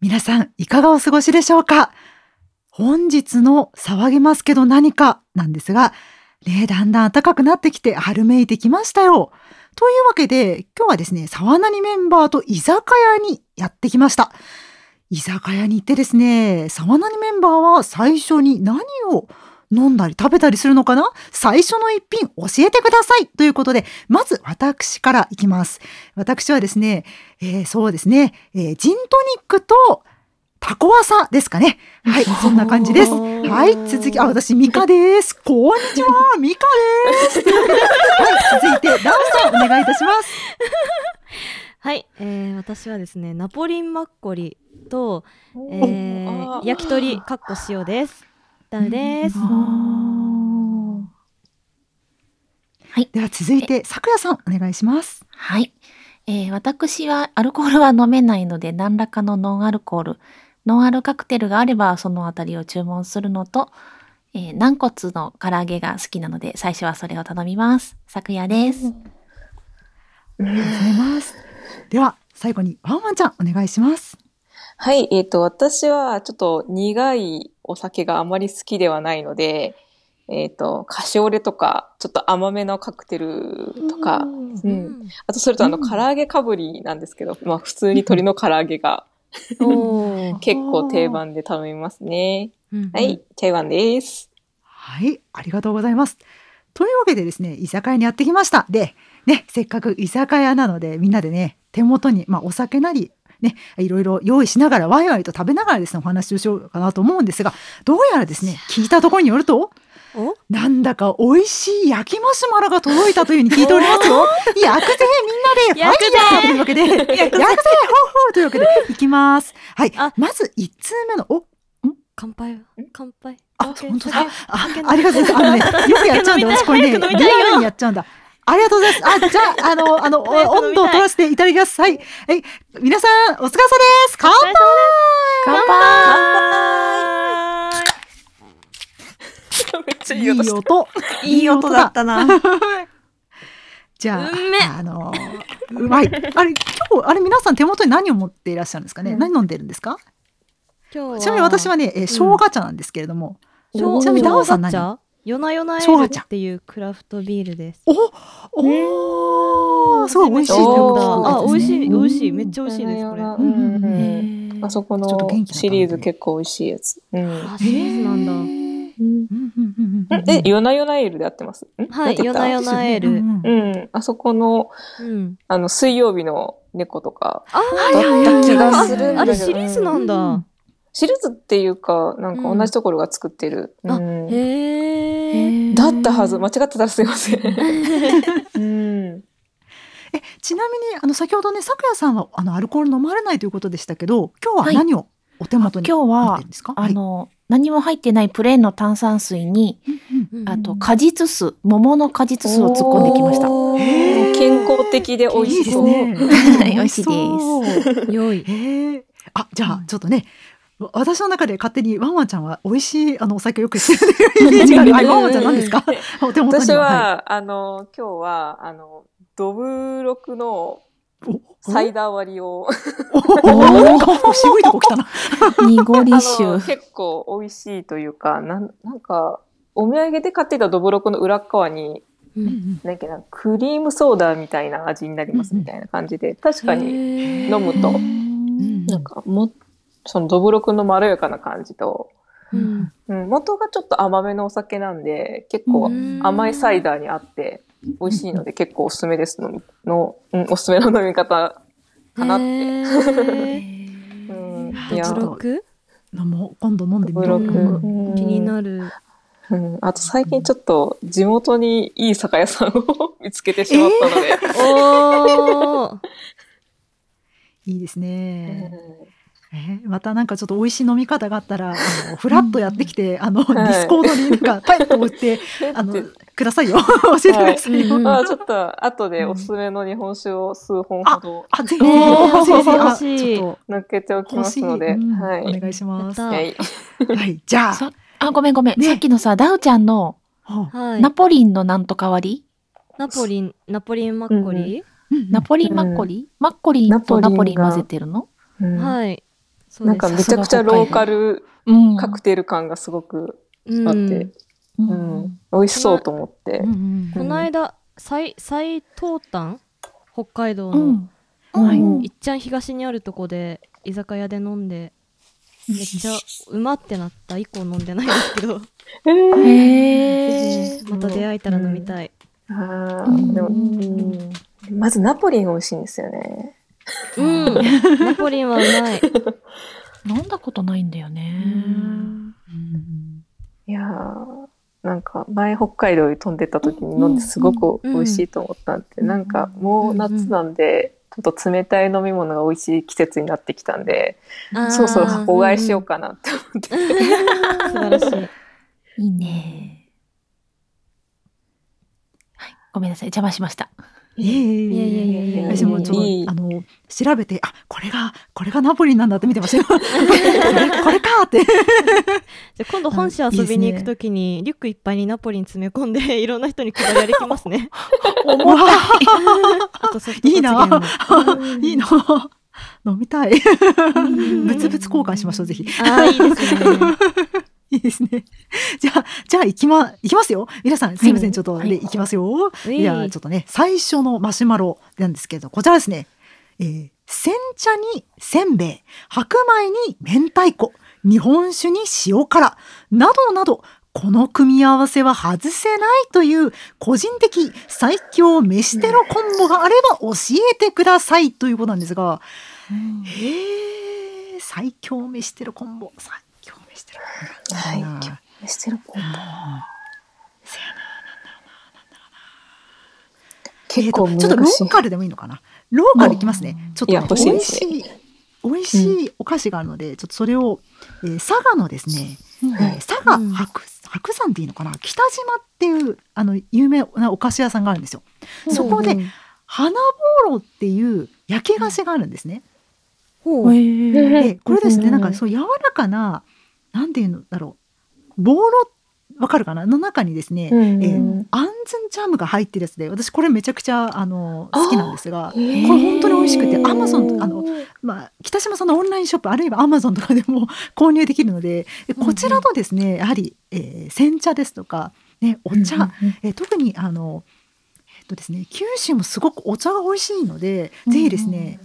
皆さんいかがお過ごしでしょうか。本日の騒ぎますけど何かなんですが、ね、だんだん暖かくなってきて春めいてきましたよ。というわけで今日はですね、沢なにメンバーと居酒屋にやってきました。居酒屋に行ってですね、沢なにメンバーは最初に何を飲んだり食べたりするのかな。最初の一品教えてくださいということで、まず私からいきます。私はですね、そうですね、ジントニックとタコワサですかね。はい、そんな感じです。はい、続き、私、ミカです。こんにちは、ミカです。というわけで、はい、続いて、ダウさん、お願いいたします。 はい、私はですね、ナポリンマッコリと、焼き鳥かっこ塩です。ダウです。 はい。 では続いて、さくやさん、お願いします。 はい。私はアルコールは飲めないので、何らかのノンアルコール、ノンアルカクテルがあれば、そのあたりを注文するのと、軟骨の唐揚げが好きなので、最初はそれを頼みます。さくやです。 ありがとうございます。では、最後にワンワンちゃん、お願いします。 はい、私はちょっと苦いお酒があまり好きではないので、カシオレとか、ちょっと甘めのカクテルとか、あとそれと唐揚げかぶりなんですけど、まあ普通に鶏の唐揚げが結構定番で頼みますね。はい、チャイワンです。 はい、ありがとうございます。というわけでですね、居酒屋にやってきました。で、ね、せっかく居酒屋なので、みんなでね、手元に、お酒なり、ね、いろいろ用意しながら、ワイワイと食べながらですね、お話をしようかなと思うんですが、どうやらですね、聞いたところによると、なんだか美味しい焼きマシュマロが届いたというふうに聞いておりますよ。焼くぜみんなでファイヤーというわけで、焼くぜほうほうというわけで、いきます。はい、まず1通目の、 乾杯。 本当だ。ありがとうございます。よくやっちゃうんだ。私これね、リアルにやっちゃうんだ。ありがとうございます。じゃあ、温度を取らせていただきます。はい。皆さん、お疲れ様です。乾杯。 乾杯。 めっちゃいい音。 いい音だったな。 じゃあ、うまい。あれ、今日、皆さん手元に何を持っていらっしゃるんですかね。何飲んでるんですか。ちなみに私はね、生姜茶なんですけれども。ちなみにダオさん何？ ヨナヨナエールっていうクラフトビールです。 すごい美味しい。 美味しい。めっちゃ美味しいです、これ。 あそこのシリーズ結構美味しいやつ。 シリーズなんだ。ヨナヨナエールで合ってます？ はい、ヨナヨナエール。あそこの、水曜日の猫とか、だった気がするんだけど。 あれシリーズなんだ。 シリーズっていうか、なんか同じところが作ってる。 だったはず。間違ってたらすいません。 ちなみに、先ほどね、さくやさんは、アルコール飲まれないということでしたけど、今日は何をお手元に持ってるんですか？ 何も入ってないプレーンの炭酸水に、あと果実酢、桃の果実酢を突っ込んできました。 健康的で美味しそう。 美味しいです。 良い。 じゃあ、ちょっとね、私の中で勝手にワンワンちゃんは美味しいお酒をよく知ってるイメージがある。ワンワンちゃん何ですか？お手元には。 私は、今日は、ドブロクのサイダー割りを。 渋いとこ来たな。 濁り酒。 結構美味しいというか、なんか、お土産で買っていたドブロクの裏側に、クリームソーダみたいな味になりますみたいな感じで、確かに飲むと、なんかそのドブロクのまろやかな感じと、元がちょっと甘めのお酒なんで、結構甘いサイダーに合って美味しいので結構おすすめです。おすすめの飲み方かなって。 ドブロク？ 今度飲んでみよう。 気になる。 あと最近ちょっと地元にいい酒屋さんを見つけてしまったので。 いいですね。またなんかちょっと美味しい飲み方があったら、フラッとやってきて、ディスコードになんかパイッと打って、くださいよ。教えてくださいよ。 ちょっと後でおすすめの日本酒を数本ほど。 ぜひ、欲しい。 ちょっと乗っけておきますので、 お願いします。 はい。 じゃあ。 ごめん。さっきのさ、ダウちゃんの、ナポリンのなんとか割り？ ナポリンマッコリ？ ナポリンマッコリ？マッコリンとナポリン混ぜてるの？ はい。 そうですなんかめちゃくちゃローカルカクテル感がすごくあって、美味しそうと思って。 この間、最東端北海道の、いっちゃん東にあるとこで居酒屋で飲んで、めっちゃうまってなった以降飲んでないですけどぜひまた出会えたら飲みたい。 でもまずナポリン美味しいんですよね。 ナポリンはうまい。 飲んだことないんだよね。 いやー、なんか前北海道に飛んでた時に飲んですごく美味しいと思ったんで、なんかもう夏なんでちょっと冷たい飲み物が美味しい季節になってきたんで、そろそろ箱買いしようかなって思ってて。 素晴らしい。 いいね。はい、ごめんなさい、邪魔しました。 いや私もちょっと調べて、これがナポリなんだって見てましたよ。これかって。 じゃあ今度本社遊びに行くときにリュックいっぱいにナポリン詰め込んでいろんな人に配りきますね。あとソフトいいな。いいな。飲みたい。物々交換しましょうぜひ。 いいですね。 いいですね。じゃあ行きますよ。皆さんすいません、ちょっとで行きますよ。じゃあちょっとね、最初のマシュマロなんですけど、こちらですね。煎茶にせんべい、白米に明太子、日本酒に塩辛などなど、この組み合わせは外せないという個人的最強飯テロコンボがあれば教えてくださいということなんですが、最強飯テロコンボ、最強飯テロコンボ、 飯テロコンボ、結構難しい。 ちょっとローカルでもいいのかな。ローカルいきますね。ちょっと美味しいお菓子があるので、ちょっとそれを、佐賀のですね、佐賀白山っていいのかな、北島っていう有名なお菓子屋さんがあるんですよ。そこで花ぼうろっていう焼き菓子があるんですね。でこれですね、なんかそう柔らかな、なんていうんだろう、ぼうろわかるかなの中にですね、あんずんジャムが入ってるやつで、私これめちゃくちゃ好きなんですが、これ本当に美味しくて、アマゾン北島さんのオンラインショップあるいはアマゾンとかでも購入できるので、こちらのですね、やはり、煎茶ですとか、ね、お茶、特にですね、九州もすごくお茶が美味しいので、ぜひですね、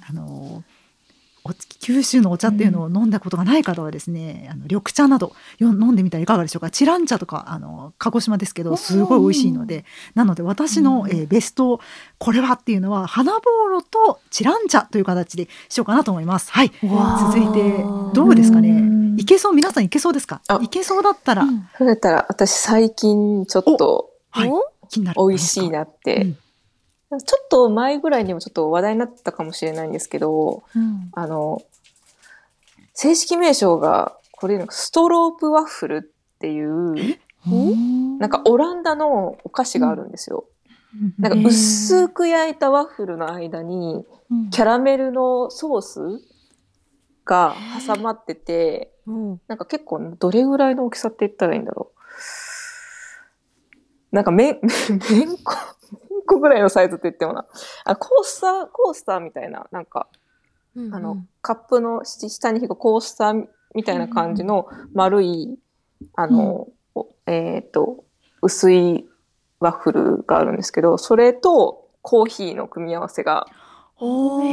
九州のお茶っていうのを飲んだことがない方はですね、緑茶など飲んでみたらいかがでしょうか。チラン茶とか鹿児島ですけどすごい美味しいので、なので私の、ベストこれはっていうのは花ぼうろとチラン茶という形でしようかなと思います。はい、続いてどうですかね。いけそう、皆さんいけそうですか。いけそうだったら、 そうだったら私最近ちょっと気になる美味しいなって、ちょっと前ぐらいにもちょっと話題になってたかもしれないんですけど、正式名称がこれストロープワッフルっていうなんかオランダのお菓子があるんですよ。なんか薄く焼いたワッフルの間にキャラメルのソースが挟まってて、なんか結構どれぐらいの大きさって言ったらいいんだろう。なんかめんこぐらいのサイズって言ってもな。コースターみたいな、なんか、カップの下に引くコースターみたいな感じの丸い、薄いワッフルがあるんですけど、それとコーヒーの組み合わせが結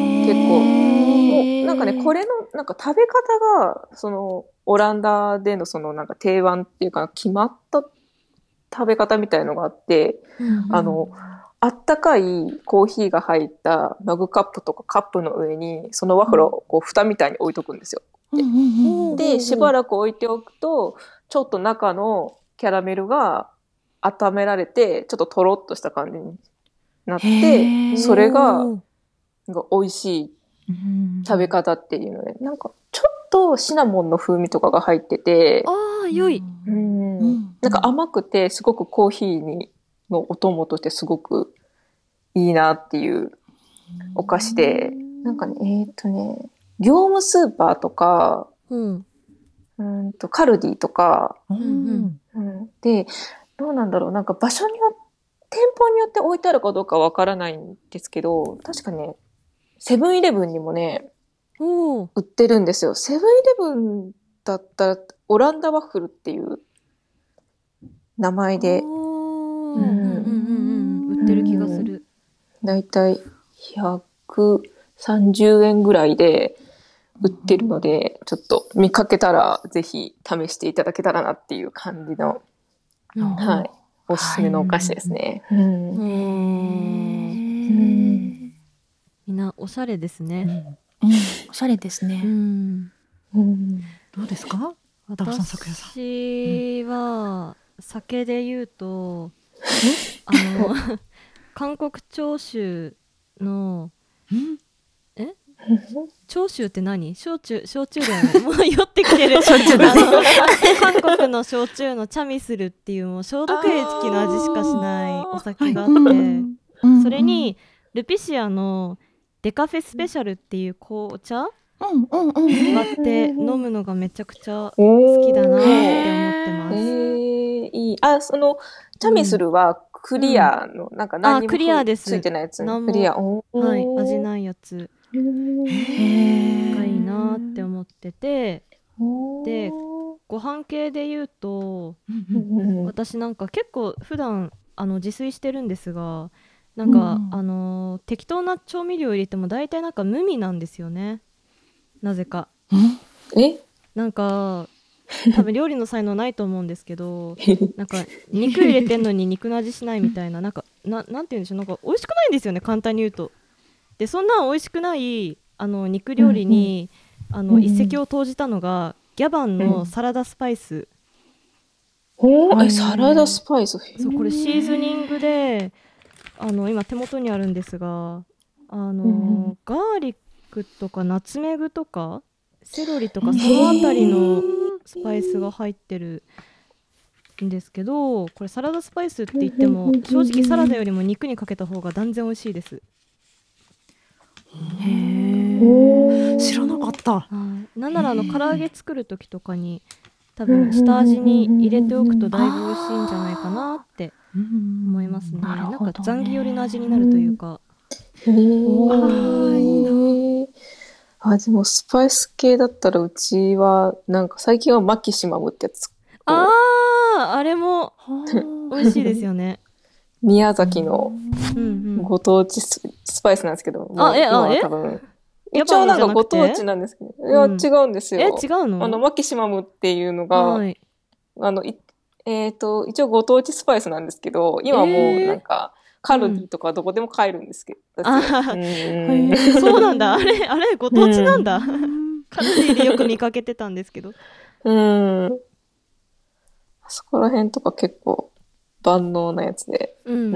構、なんかね、これのなんか食べ方が、その、オランダでのそのなんか定番っていうか、決まった食べ方みたいのがあって、あったかいコーヒーが入ったマグカップとかカップの上にそのワッフルをこう蓋みたいに置いとくんですよ。で、しばらく置いておくと、ちょっと中のキャラメルが温められて、ちょっととろっとした感じになって、それが美味しい食べ方っていうので、なんかちょっとシナモンの風味とかが入ってて、 良い。 なんか甘くてすごくコーヒーのお供としてすごくいいなっていうお菓子で、なんかね、業務スーパーとか、カルディとか、で、どうなんだろう、なんか店舗によって置いてあるかどうかわからないんですけど、確かね、セブンイレブンにもね、 おー。 売ってるんですよ。セブンイレブンだったら、オランダワッフルっていう名前で、 おー。 うん売ってる気がする。 だいたい130円ぐらいで売ってるので、ちょっと見かけたらぜひ試していただけたらなっていう感じの、はい、おすすめのお菓子ですね。 みんなおしゃれですね。 おしゃれですね。 どうですか？ダブさん、咲夜さん。 私は酒で言うと、韓国長州の長州って何？焼酎だよね。もう酔ってきてる。韓国の焼酎のチャミスルっていう、もう消毒液の味しかしないお酒があって、それにルピシアのデカフェスペシャルっていう紅茶割って飲むのがめちゃくちゃ好きだなって思ってます。 いい。そのチャミスルはクリアの、なんか何にもついてないやつ。クリア。 はい、味ないやつがいいなって思ってて、でご飯系で言うと、私なんか結構普段自炊してるんですが、なんか、適当な調味料入れても大体なんか無味なんですよね、なぜか。なんか多分料理の才能ないと思うんですけど、なんか肉入れてんのに肉の味しないみたいな、なんて言うんでしょう、なんか美味しくないんですよね、簡単に言うと。でそんな美味しくない肉料理に、一石を投じたのがギャバンのサラダスパイス。 サラダスパイス。 そう、これシーズニングで今手元にあるんですが、ガーリックとかナツメグとかセロリとか、そのあたりのスパイスが入ってるんですけど、これサラダスパイスって言っても正直サラダよりも肉にかけた方が断然美味しいです。 知らなかった。 なんなら唐揚げ作る時とかに多分下味に入れておくとだいぶ美味しいんじゃないかなって思いますね。なんかザンギ寄りの味になるというか。 でもスパイス系だったらうちはなんか最近はマキシマムってやつ。 あれも美味しいですよね。 宮崎のご当地スパイスなんですけど、今は多分一応なんかご当地なんですけど、いや違うんですよ。 違うの？ マキシマムっていうのが、一応ご当地スパイスなんですけど、今もうなんかカルディとかどこでも買えるんですけど。 そうなんだ。あれご当地なんだ。カルディでよく見かけてたんですけど。 そこら辺とか結構万能なやつで。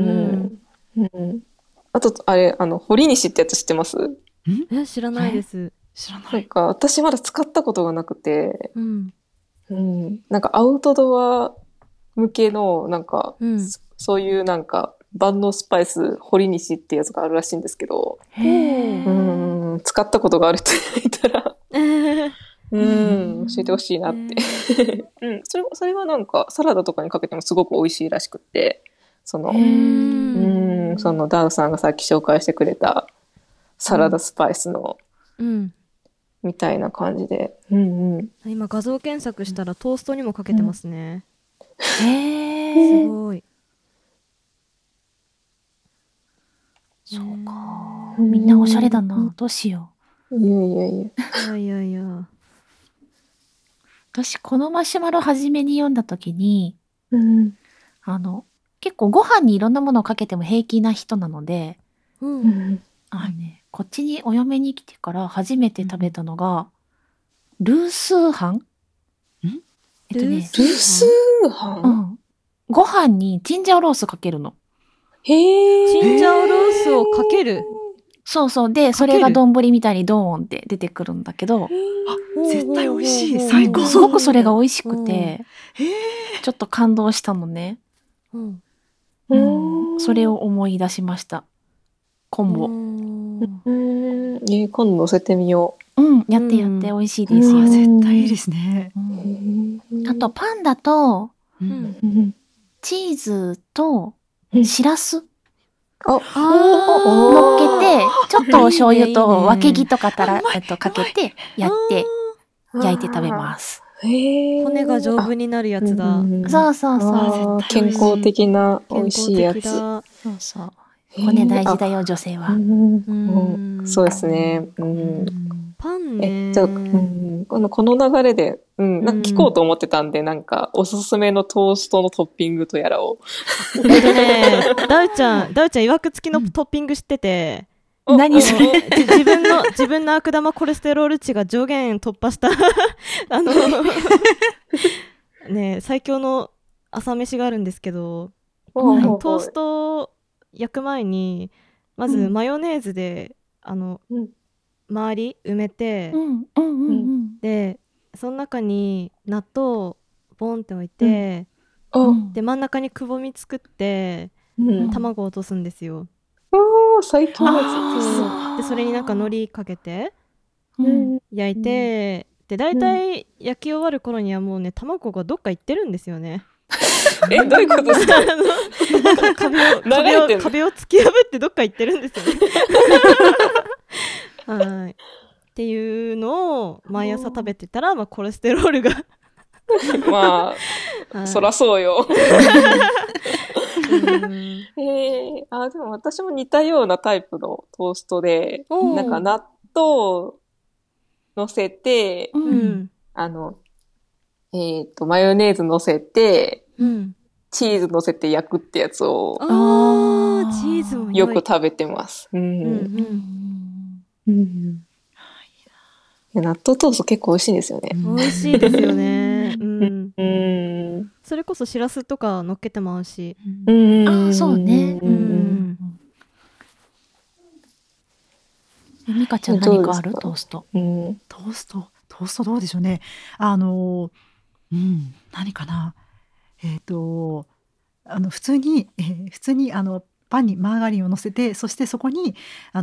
あと、堀西ってやつ知ってます？ 知らないです。 なんか、私まだ使ったことがなくて、なんかアウトドア向けの、なんか、そういうなんか、万能スパイス、堀西ってやつがあるらしいんですけど、使ったことがある人がいたら、教えてほしいなって。それはなんか、サラダとかにかけてもすごく美味しいらしくって、そのダウさんがさっき紹介してくれたサラダスパイスの、みたいな感じで。 今画像検索したらトーストにもかけてますね。すごい。 そうか。みんなおしゃれだな。どうしよう。いや。 私、このマシュマロ初めに読んだときに、結構ご飯にいろんなものをかけても平気な人なので、こっちにお嫁に来てから初めて食べたのが、ルースーハン？ ルースーハン？ ご飯にチンジャオロースかけるの。 チンジャオロースをかける？ そうそう。で、それが丼みたいにドーンって出てくるんだけど。 絶対美味しい。最高。 すごくそれが美味しくて、ちょっと感動したのね。それを思い出しました。コンボ。 今度乗せてみよう。やって美味しいですよ。 絶対いいですね。 あとパンだと、チーズとしらすあ、 乗っけて、ちょっとお醤油いいねといいねわけぎとかかけて、やって、焼いて食べます。 骨が丈夫になるやつだ。 そうそうそう。 あー健康的な美味しいやつ。 健康的だ。 そうそう。骨大事だよ、女性は。 うんそうですね。 パンね。 じゃあ、この流れで、なんか聞こうと思ってたんで、なんか、おすすめのトーストのトッピングとやらを。 ダウちゃん曰く付きのトッピング知ってて、 何それ？ 自分の悪玉コレステロール値が上限突破したねえ最強の朝飯があるんですけど、トーストを焼く前にまずマヨネーズで周り埋めて、でその中に納豆をボンって置いて、で真ん中にくぼみ作って卵を落とすんですよ。 最強です。 でそれになんか海苔かけて焼いて、で大体焼き終わる頃にはもうね卵がどっか行ってるんですよね。 どういうことですか？ 壁を突き破ってどっか行ってるんですよね。はい。っていうのを毎朝食べてたら、まあ、コレステロールがまあ、 はい、 そらそうよ。でも私も似たようなタイプのトーストで、なんか納豆乗せて、マヨネーズ乗せて、チーズ乗せて焼くってやつを、 チーズもよく食べてます。納豆トースト結構美味しいんですよね。 美味しいですよね。それこそしらすとか乗っけても合うし。 そうね。ミカちゃん何かある？トースト。 トーストどうでしょうね。何かな。普通にパンにマーガリンを乗せて、そしてそこに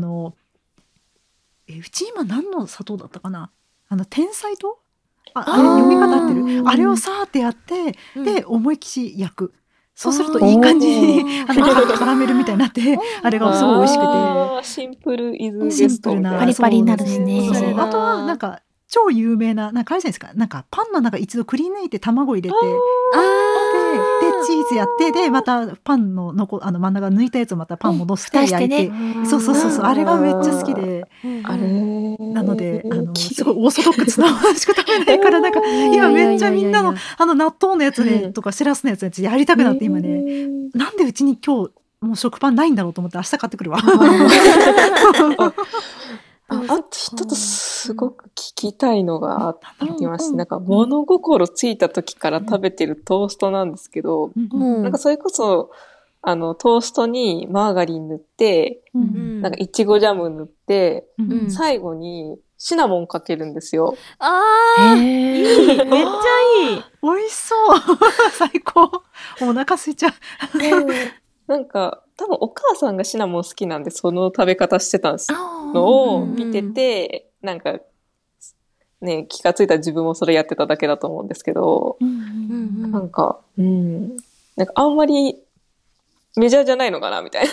うち今何の砂糖だったかな。天才糖？あれ読み方合ってる？あれをさーってやって、で思いっきし焼く。そうするといい感じにカラメルみたいになって、あれがすごい美味しくて。 シンプルイズベシンストみたいな。 プルなパリパリになるしね。 あとはなんか超有名な、なんかあれじゃないですか。なんかパンの中一度くり抜いて卵入れて、でチーズやって、でまたパンの真ん中抜いたやつをまたパン戻して焼いて、そうあれがめっちゃ好きで、なのですごいオーソドックスなしか食べないから、なんか今めっちゃみんなの納豆のやつねとかしらすのやつやりたくなって、今ね、なんでうちに今日もう食パンないんだろうと思って明日買ってくるわ。 あと一つすごく聞きたいのがありまして、なんか物心ついた時から食べてるトーストなんですけど、なんかそれこそトーストにマーガリン塗って、なんかいちごジャム塗って、最後にシナモンかけるんですよ。 いい、めっちゃいい。 美味しそう最高。お腹空いちゃう。 なんか多分お母さんがシナモン好きなんでその食べ方してたのを見てて、なんかね、気がついたら自分もそれやってただけだと思うんですけど、なんかあんまりメジャーじゃないのかなみたい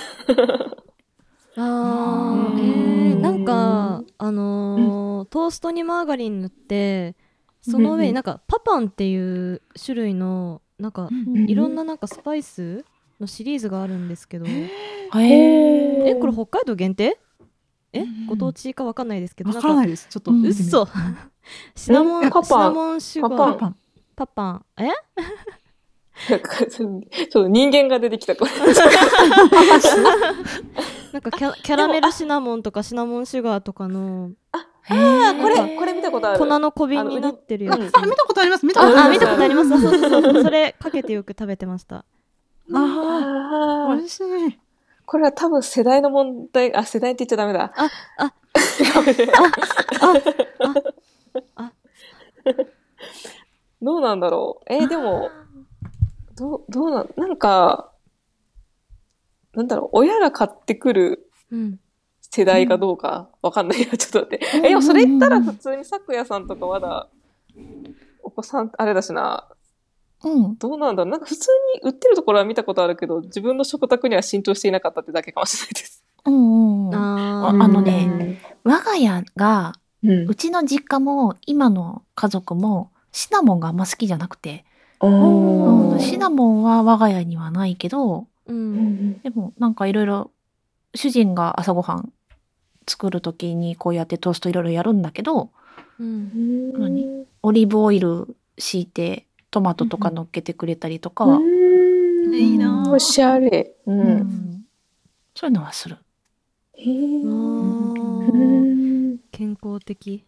な。なんかトーストにマーガリン塗って、その上になんかパパンっていう種類のなんかいろんななんかスパイスのシリーズがあるんですけど、これ北海道限定？ご当地かわかんないですけど、 わからないです。ちょっと嘘。シナモンシュガーパパンちょっと人間が出てきたこれ。 なんかキャラメルシナモンとかシナモンシュガーとかのこれ見たことある。 粉の小瓶になってるやつ。 見たことあります。 見たことあります。そうそれかけてよく食べてました。 美味しい。 これは多分世代の問題、世代って言っちゃダメだ。どうなんだろう。でも、なんか、なんだろう、親が買ってくる世代かどうかわかんないよ、ちょっと待って。でもそれ言ったら普通に咲夜さんとかまだ、お子さん、あれだしな、 どうなんだろう。なんか普通に売ってるところは見たことあるけど、自分の食卓には浸透していなかったってだけかもしれないです。 我が家が、 うんうちの実家も今の家族もシナモンがあんま好きじゃなくて、シナモンは我が家にはないけど、でもなんかいろいろ主人が朝ごはん作るときにこうやってトーストいろいろやるんだけど、オリーブオイル敷いてトマトとか乗っけてくれたりとかは、 いいなおしゃれ。 そういうのはする。 健康的。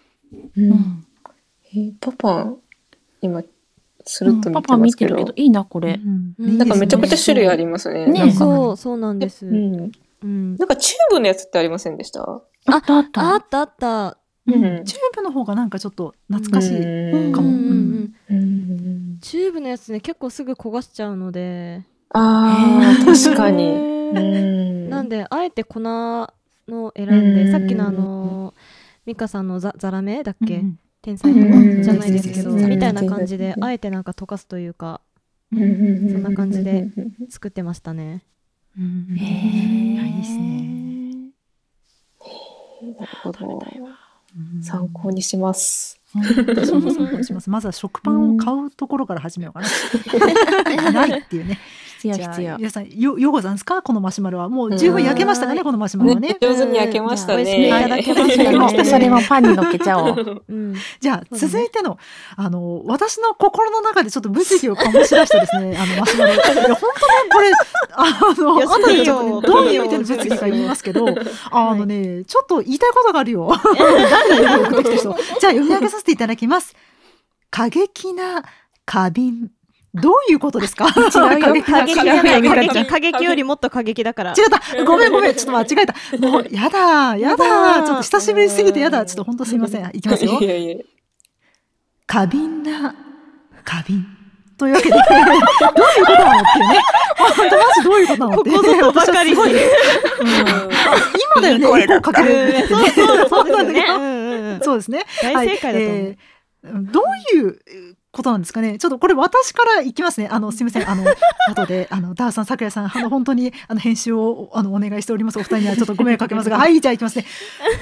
パパ今スルッと見パパ見てますけど、 てるけどいいなこれ。 なんかめちゃくちゃ種類ありますね。 ねなんかそうなんです。 なんかチューブのやつってありませんでした？ あったあった。 あったチューブの方がなんかちょっと懐かしいかも。 チューブのやつね、結構すぐ焦がしちゃうので。 確かに。 なんであえて粉の選んで、さっきのミカさんのザラメだっけ、天才とかじゃないですけど、みたいな感じであえてなんか溶かすというか、そんな感じで作ってましたね。 いいですね。 なるほど。参考にします。 まずは食パンを買うところから始めようかな。ないっていうね。 必要。 皆さん、ようござんすか？このマシュマロは。もう十分焼けましたかね、このマシュマロはね。 上手に焼けましたね。 いただけましたね。 それもパンに乗っけちゃおう。 じゃあ、続いての、私の心の中でちょっと物議を醸し出したですね、マシュマロ。いや、本当ね、これ、後でちょっとどういう意味での物議か言いますけど、ちょっと言いたいことがあるよ。誰送ってきた人。じゃあ、読み上げさせていただきます。過激な花瓶。どういうことですか？ 違うよ。過激じゃない。過激よりもっと過激だから。 違った。ごめん。ちょっと間違えた。もう、やだ。ちょっと久しぶりすぎてやだ。ちょっと本当すいません。いきますよ。過敏な花瓶。というわけで、どういうことなのっていうね。本当マジどういうことなのって。 ここぞとばかりに。 今だよね、エコーかける。 そうですね。 そうですね。 大正解だと思う。 どういうことなんですかね。ちょっとこれ私からいきますね。すみません。後で、ダーさん、桜井さん、本当に、編集を、お願いしております。お二人にはちょっとご迷惑かけますが。はい、じゃあいきますね。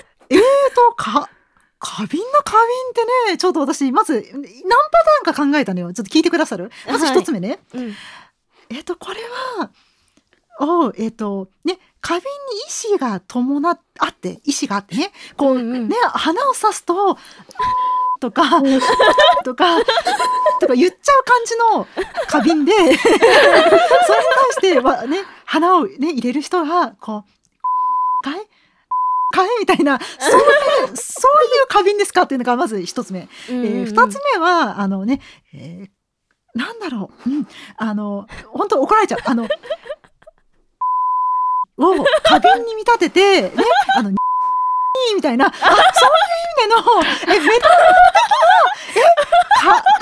花瓶ってね、ちょっと私、まず、何パターンか考えたのよ。ちょっと聞いてくださる？まず一つ目ね。これは、花瓶に意志が伴ってね、こう、ね、花を刺すと、とか言っちゃう感じの花瓶で、それに対してはね、花をね、入れる人が、こう、かいみたいな、そういう花瓶ですかっていうのがまず一つ目。二つ目は、なんだろう、本当怒られちゃう。を花瓶に見立てて、ね、みたいな、そういう意味での、メタル的な、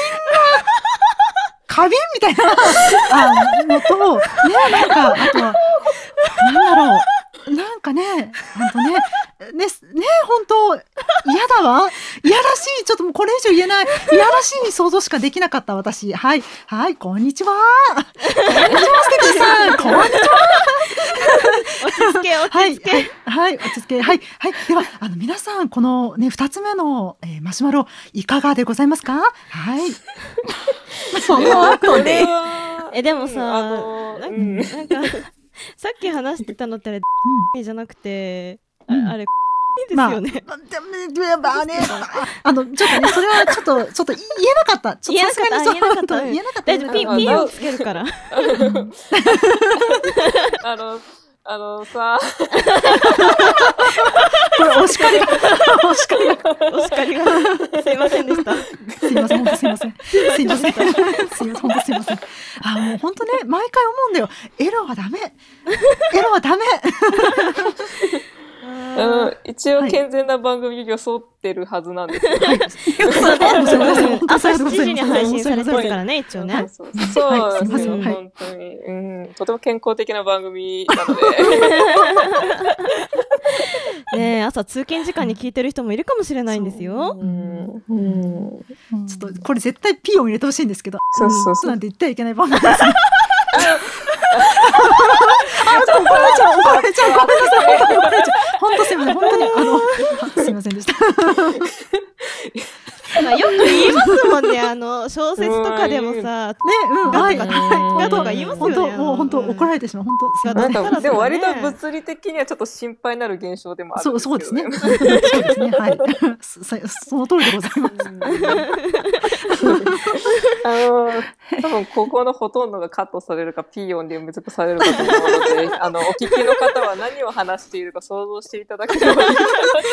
花瓶みたいな、のと、ね、なんか、あとは、なんだろう、なんかね、本当ね、本当、嫌だわ。いやらしい、ちょっともうこれ以上言えない、いやらしい想像しかできなかった私。はい、こんにちは。こんにちは、ステティさん。こんにちは。 落ち着け。 はい、落ち着け。はい。では、皆さん、このね、二つ目の、マシュマロ、いかがでございますか？はい。その後で。 でもさ、なんか、さっき話してたのってあれ、じゃなくて、あれ、ですよね。ちょっとね、 それはちょっと言えなかった。 言えなかった。大丈夫、ピンをつけるから。 さこれお叱りがすいませんでした。 すいません。本当すいません。もう本当ね、毎回思うんだよ。エロはダメ。 一応健全な番組を装ってるはずなんですよ。 せんごめんなさい。本当に朝7 ありがとうございます時に配信されて申し訳ございませんますからね、一応ね。 そうなんですよ、 はいすいませんはい本当に、とても健康的な番組なので。 ねえ、朝通勤時間に聞いてる人もいるかもしれないんですよ。 ちょっとこれ絶対ピー音入れてほしいんですけど、 そうそうそう。 なんて言ってはいけない番組ですね。怒られちゃうごめんなさい、怒られちゃう。本当すみません、本当にすみませんでした。 まあよく言いますもんね、小説とかでもさ、 はい、 ガとか言いますよね。 本当もう本当怒られてしまう、本当すみません。 なんかでも割と物理的にはちょっと心配になる現象でもあるんですけど、 そうですね。そうですね。はい。その通りでございます。 多分ここのほとんどがカットされるかピー音で埋め尽くされるかと思うので、お聞きの方は何を話しているか想像していただければいいか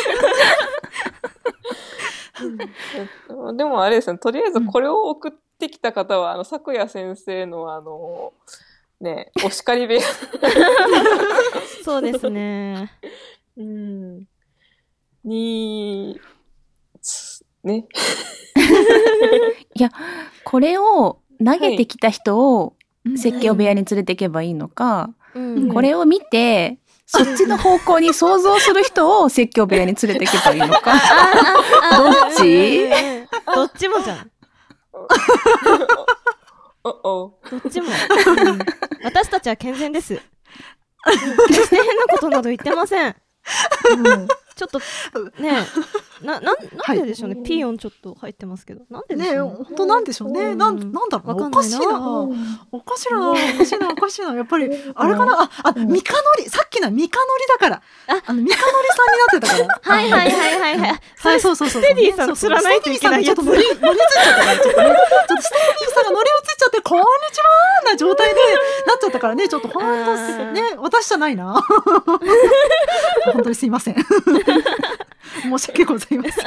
な。でもあれですね、とりあえずこれを送ってきた方は、咲夜先生のね、お叱り部屋。 そうですね。 ね。 いや、これを投げてきた人を説教部屋に連れていけばいいのか、これを見て、そっちの方向に想像する人を説教部屋に連れていけばいいのか。どっち？ どっちもじゃん。どっちも。私たちは健全です。決して変なことなど言ってません。ちょっとね、なんででしょうね。ピー音ちょっと入ってますけど、なんででしょうね。 本当なんでしょうね。なんだろう。おかしいな。おかしいな。やっぱりあれかな。ミカノリ。さっきのミカノリだから。ミカノリさんになってたから。 はい。 はい、そう。 ステディさん釣らないといけないやつ。 ちょっと乗り移っちゃったから、ちょっとね。ちょっとステディさんが乗り移っちゃって、こんにちはな状態でなっちゃったからね。ちょっと本当ね、私じゃないな。本当にすいません。申し訳ございません。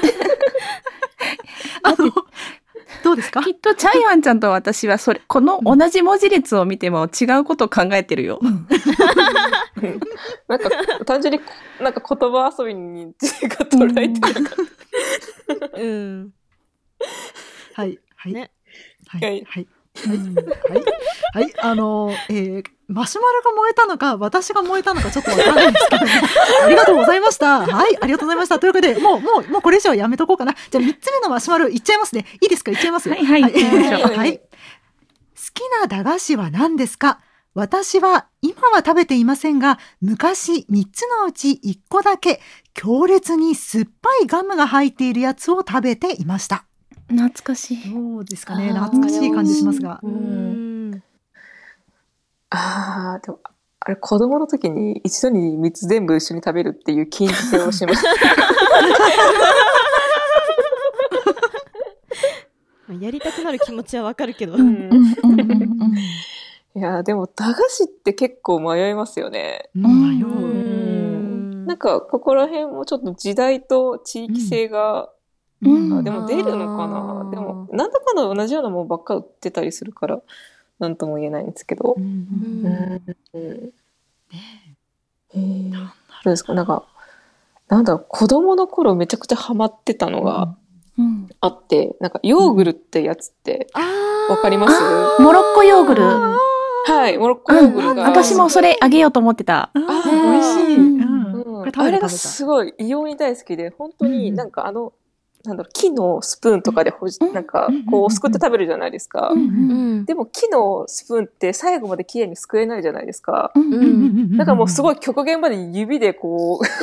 どうですか？ きっとチャイワンちゃんと私はこの同じ文字列を見ても違うことを考えてるよ。 なんか単純になんか言葉遊びに捉えてるから。 マシュマロが燃えたのか私が燃えたのかちょっとわからないんですけど、ありがとうございました。はい、ありがとうございました。ということでもうこれ以上はやめとこうかな。じゃあ3つ目のマシュマロいっちゃいますね。いいですか？いっちゃいますよ。 はい。 好きな駄菓子は何ですか？私は今は食べていませんが、昔3つのうち1個だけ強烈に酸っぱいガムが入っているやつを食べていました。 懐かしい。 どうですかね。懐かしい感じしますが。 でもあれ子供の時に一度に3つ全部一緒に食べるっていう禁じ手をしました。 やりたくなる気持ちはわかるけど。 いやでも駄菓子って結構迷いますよね。なんかここら辺もちょっと時代と地域性が、でも出るのかな。でもなんだかんだ同じようなものばっか売ってたりするからなんとも言えないんですけど。どうですか？なんかなんだろう、子供の頃めちゃくちゃハマってたのがあって、なんかヨーグルってやつってわかります？ モロッコヨーグル。 はい、モロッコヨーグルが。 私もそれあげようと思ってた。 美味しい。 あれがすごい異様に大好きで、本当になんかなんだろう、木のスプーンとかでなんかこうすくって食べるじゃないですか。でも木のスプーンって最後まで綺麗にすくえないじゃないですか。だからもうすごい極限まで指でこう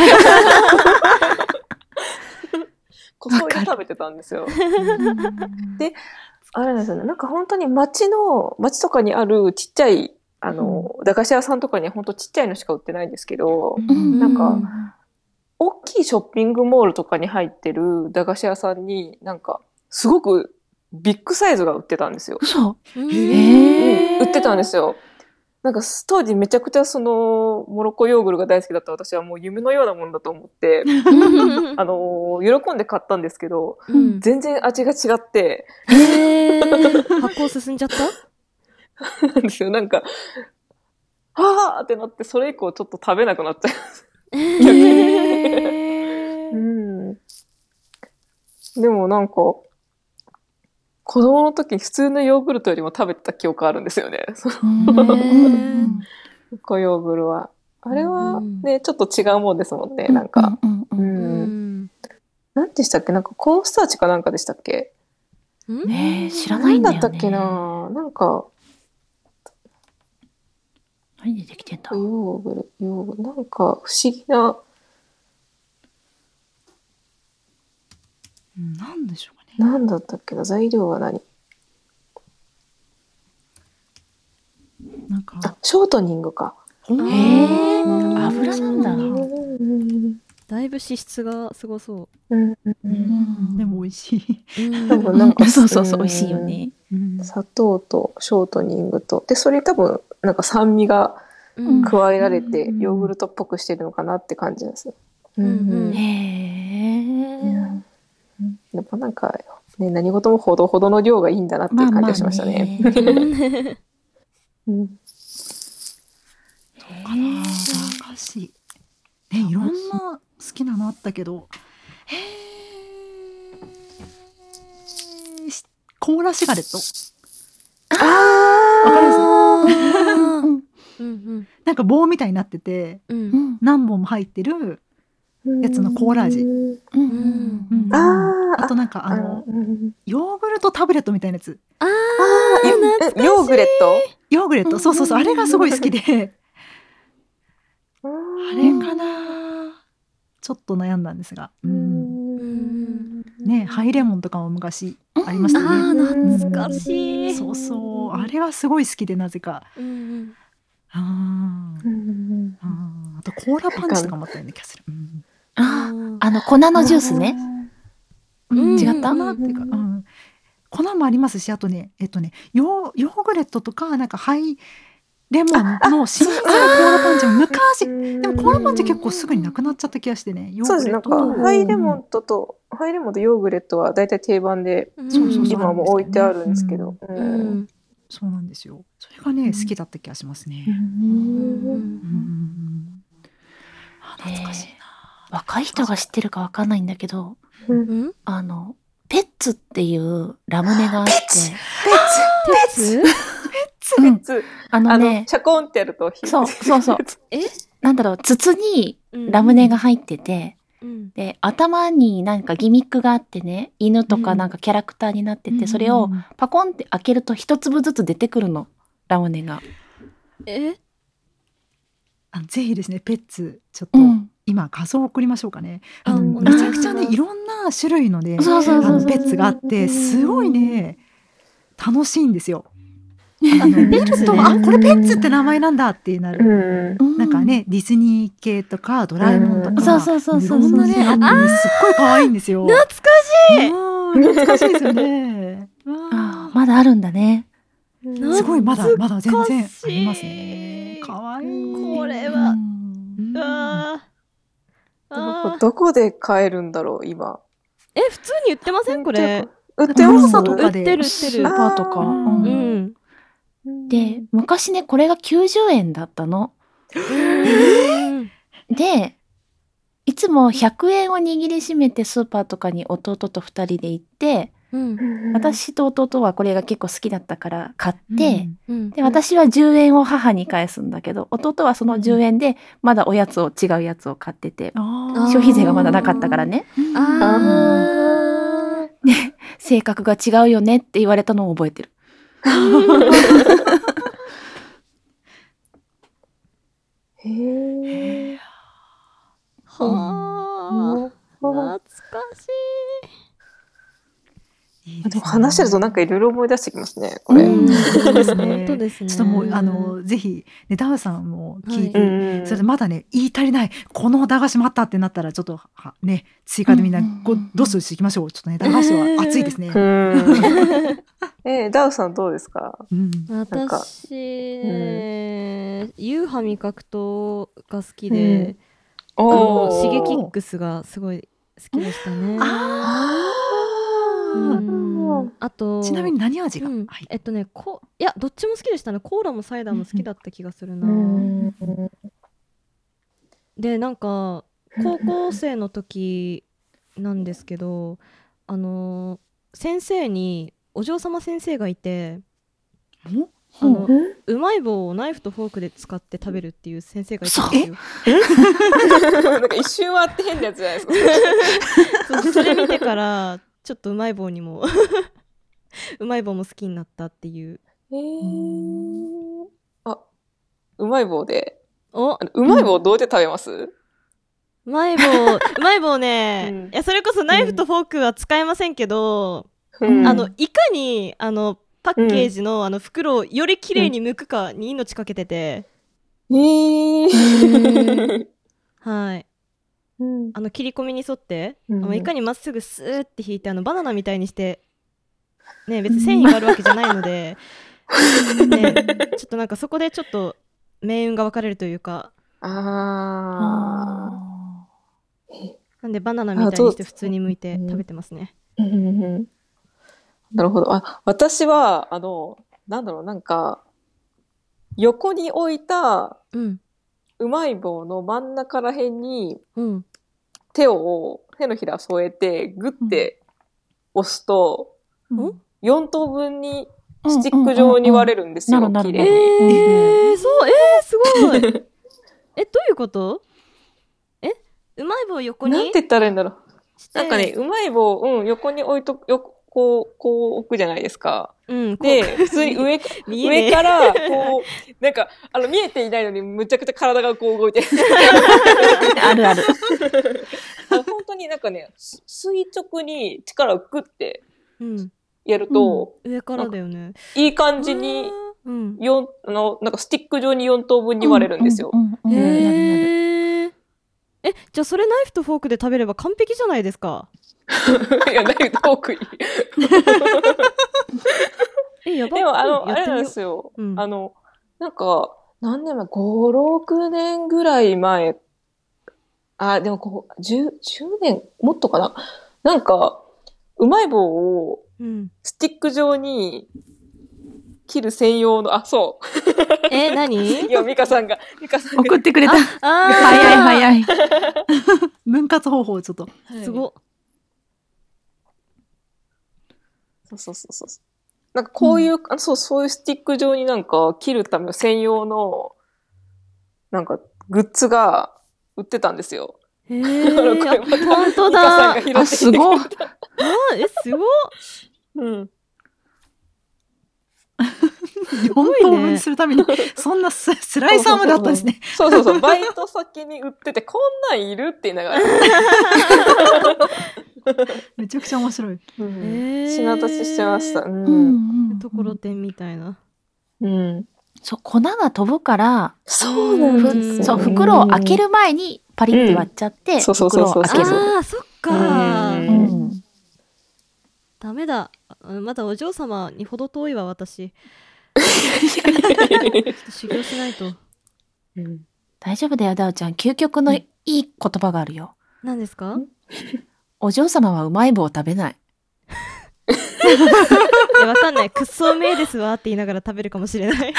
こそいで食べてたんですよ。で、あれなんですよね。なんか本当に街とかにあるちっちゃい駄菓子屋さんとかに本当ちっちゃいのしか売ってないんですけど、なんか大きいショッピングモールとかに入ってる駄菓子屋さんになんかすごくビッグサイズが売ってたんですよ。 嘘？ 売ってたんですよ。なんか当時めちゃくちゃモロッコヨーグルが大好きだった私はもう夢のようなものだと思って喜んで買ったんですけど、全然味が違って発酵進んじゃったなんですよ。なんかはぁーってなってそれ以降ちょっと食べなくなっちゃいます。 でもなんか、子供の時普通のヨーグルトよりも食べてた記憶あるんですよね。コヨーグルは。あれはね、ちょっと違うもんですもんね、なんか。何でしたっけ、なんかコーンスターチかなんかでしたっけ。 知らないんだよね。 何だったっけな、なんか。 何でできてんだ。 ヨーグル、なんか不思議な。 なんでしょうかね。 何だったっけな、材料は何。 なんか。 ショートニングか。 油なんだ。 だいぶ脂質がすごそう。 でも美味しい。 なんかそう美味しいよね。 砂糖とショートニングと、でそれ多分なんか酸味が加えられてヨーグルトっぽくしてるのかなって感じです。やっぱなんかね、何事もほどほどの量がいいんだなっていう感じがしましたね。 そうかな、難しい。ね、いろんな好きなのあったけど、コーラシガレット。わかります？なんか棒みたいになってて、何本も入ってるやつのコーラ味。あとなんかヨーグルトタブレットみたいなやつ。 ヨーグレット、 そう、あれがすごい好きで、あれかな、ちょっと悩んだんですが、ね、ハイレモンとかも昔ありましたね。 懐かしい。 そう、あれはすごい好きで、なぜか。あとコーラパンチとかもあったような気がする。 粉のジュースね。違った？ 粉っていうか、粉もありますし、あとね、ヨーグレットとか、なんかハイレモンの新鮮なコーラパンチも昔、でもコーラパンチ結構すぐになくなっちゃった気がしてね。 そうです、なんかハイレモンとヨーグレットはだいたい定番で今も置いてあるんですけど、 そうなんですよ。それがね、好きだった気がしますね。懐かしいな。 若い人が知ってるかわかんないんだけど、ペッツっていうラムネがあって。 ペッツチャコンってやると。 そう。なんだろう、筒にラムネが入ってて、で、頭になんかギミックがあってね、犬とかなんかキャラクターになってて、それをパコンって開けると一粒ずつ出てくるの、ラムネが。 ぜひですね、ペッツ、ちょっと今画像を送りましょうかね。めちゃくちゃね、いろんな種類のね、ペッツがあって、すごいね、楽しいんですよ。ペッツと、これペッツって名前なんだってなる。なんかね、ディズニー系とかドラえもんとか、いろんなね、あってね、すっごい可愛いんですよ。 懐かしい。 懐かしいですよね。 まだあるんだね。 すごい、まだ全然ありますね。可愛い。 これは。 どこで買えるんだろう、今。 普通に売ってませんこれ？ 売ってます。 売ってる。 スーパーとか。で、昔ね、これが90円だったの。で、いつも100円を握りしめてスーパーとかに弟と2人で行って、私と弟はこれが結構好きだったから買って、で、私は10円を母に返すんだけど、弟はその10円でまだ違うやつを買ってて、消費税がまだなかったからね。で、性格が違うよねって言われたのを覚えてる。 懐かしい。 でも話してるとなんかいろいろ思い出してきますね、これ。 そうですね。 本当ですね。 ちょっともうぜひね、ダウさんも聞いて、それでまだね、言い足りない、この駄菓子もあったってなったら、ちょっとね、追加でみんなどすどすいきましょう。ちょっとね、駄菓子は熱いですね。 ダウさんどうですか？ 私ね、ユーハ味覚糖が好きで、シゲキックスがすごい好きでしたね。あとちなみに何味が？ いやどっちも好きでしたね。コーラもサイダーも好きだった気がするな。でなんか高校生の時なんですけど、 先生にお嬢様先生がいて、うまい棒をナイフとフォークで使って食べるっていう先生がいたんですよ。 なんか一瞬はあって変なやつじゃないですか。 それ見てからちょっとうまい棒にもうまい棒も好きになったっていう。 あ、うまい棒で。 うまい棒どうやって食べます？ うまい棒ね、いやそれこそナイフとフォークは使えませんけど、いかにパッケージの袋をより綺麗に剥くかに命かけてて、はい、切り込みに沿って、いかにまっすぐスーって引いてバナナみたいにしてね、別に繊維があるわけじゃないので、ね、ちょっとなんかそこでちょっと命運が分かれるというか、なんでバナナみたいにして普通に剥いて食べてますね。 なるほど。私はなんだろう、なんか横に置いたうまい棒の真ん中ら辺に手のひら添えてグッて押すと、4等分にスティック状に割れるんですよ。綺麗に。 すごい。どういうこと？うまい棒横に？ なんて言ったらいいんだろう。なんかね、うまい棒、横に置いと、こう置くじゃないですか。で、普通に上から、こう、なんか、見えていないのにむちゃくちゃ体がこう動いてる。 あるある。 本当になんかね、垂直に力をグッてやると、 上からだよね。 いい感じに、なんかスティック状に4等分に割れるんですよ。 じゃあそれナイフとフォークで食べれば完璧じゃないですか。 いや、ナイフとフォークに。 やばでも、あれなんですよ。なんか、何年前 ?5、6年ぐらい前。でも10年、もっとかな。なんか、うまい棒を、スティック状に切る専用の、そう。 何？ いや、ミカさんが送ってくれた。早い。 分割方法ちょっと。 すごっ。 そう。なんかこういう、そういうスティック状になんか切るための専用の、なんかグッズが売ってたんですよ。 本当だ。 すごい。 すごっ。 4等分にするために、そんなスライサーまであったんですね。 そう。バイト先に売ってて、こんなんいるって言いながら。 めちゃくちゃ面白い。 品出ししてました。 ところてんみたいな。 そう、粉が飛ぶから、 そうなんですよ。 そう、袋を開ける前にパリって割っちゃって、袋を開ける。 そっか。ダメだ。まだお嬢様にほど遠いわ、私。ちょっと修行しないと。 大丈夫だよ、ダオちゃん。究極のいい言葉があるよ。 何ですか？ お嬢様はうまい棒を食べない。 いや、わかんない。くっそうめえですわって言いながら食べるかもしれない。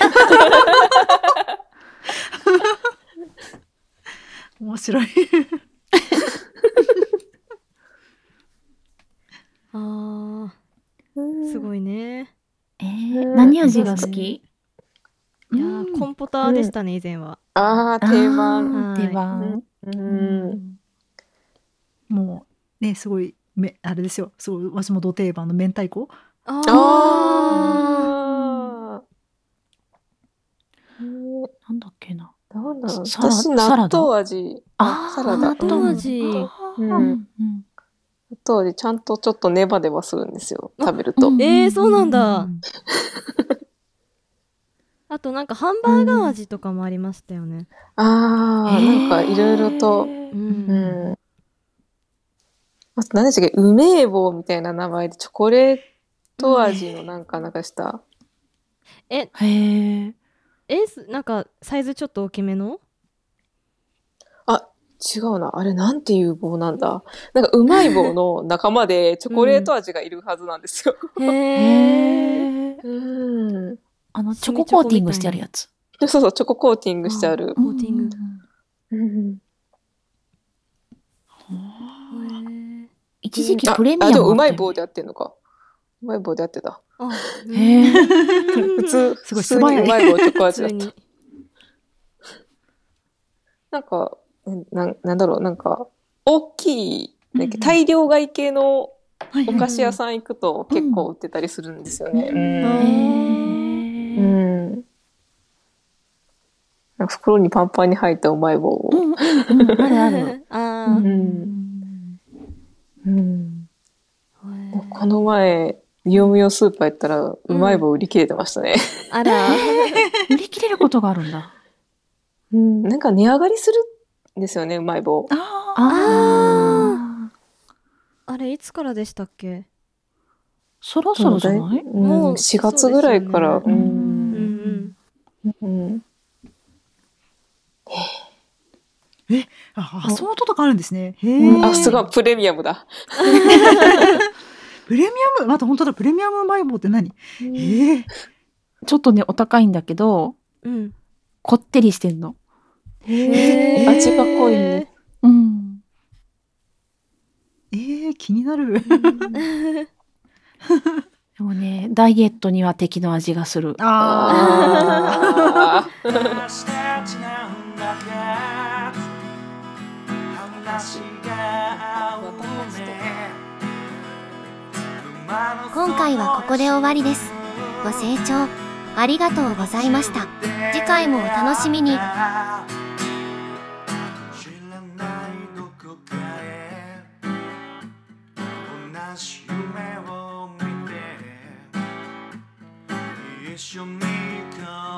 面白い。 すごいね。 何味が好き？ いやコンポターでしたね、以前は。 定番。 定番。 もうね、すごいあれですよ。すごい私もど定番の明太子。 なんだっけな。 なんだろう。私納豆味。サラダ。 納豆味。 納豆味ちゃんとちょっとネバネバするんですよ。食べると。 そうなんだ。あとなんかハンバーガー味とかもありましたよね。 なんかいろいろと。あと何でしたっけ、うめえ棒みたいな名前でチョコレート味のなんかしたなんかサイズちょっと大きめの？ 違うな。あれなんていう棒なんだ。なんかうまい棒の仲間でチョコレート味がいるはずなんですよ。 チョココーティングしてあるやつ。 そう、チョココーティングしてある。 コーティング。 一時期プレミアムでもうまいあったよ棒でやってんのか。うまい棒でやってた。 あ、 へえ。 普通、 すごい普通にうまい棒チョコ味だった。 普通に。 なんか、なんだろう、なんか、大きい、 うんうん大量買い系のはいはいお菓子屋さん行くと結構売ってたりするんですよね。 うんへあーうん。なんか袋にパンパンに入ったうまい棒を。 うんうんうん。あるある。 あうーん。うん。 へーこの前、業務用スーパー行ったら、うまい棒売り切れてましたね。 あら。 売り切れることがあるんだ。 うん。なんか値上がりするんですよね、うまい棒。 あああ。 あれいつからでしたっけ？ そろそろじゃない？ もう 4月ぐらいから。 そうですよねうんうん。 あ、そういうことがあるんですね。へえ。 あ、すごい、プレミアムだ。 プレミアム、また本当だ、プレミアムうまい棒って何？へえ。 ちょっとね、お高いんだけど、 うん。 こってりしてんの。 へー味が濃いね。 うん。 気になる。 でもね、ダイエットには敵の味がする。 ああ話したちなんだか話が合うね今回はここで終わりです。ご清聴ありがとうございました。次回もお楽しみに。 知らないどこかへ同じ夢を見て一緒に行こう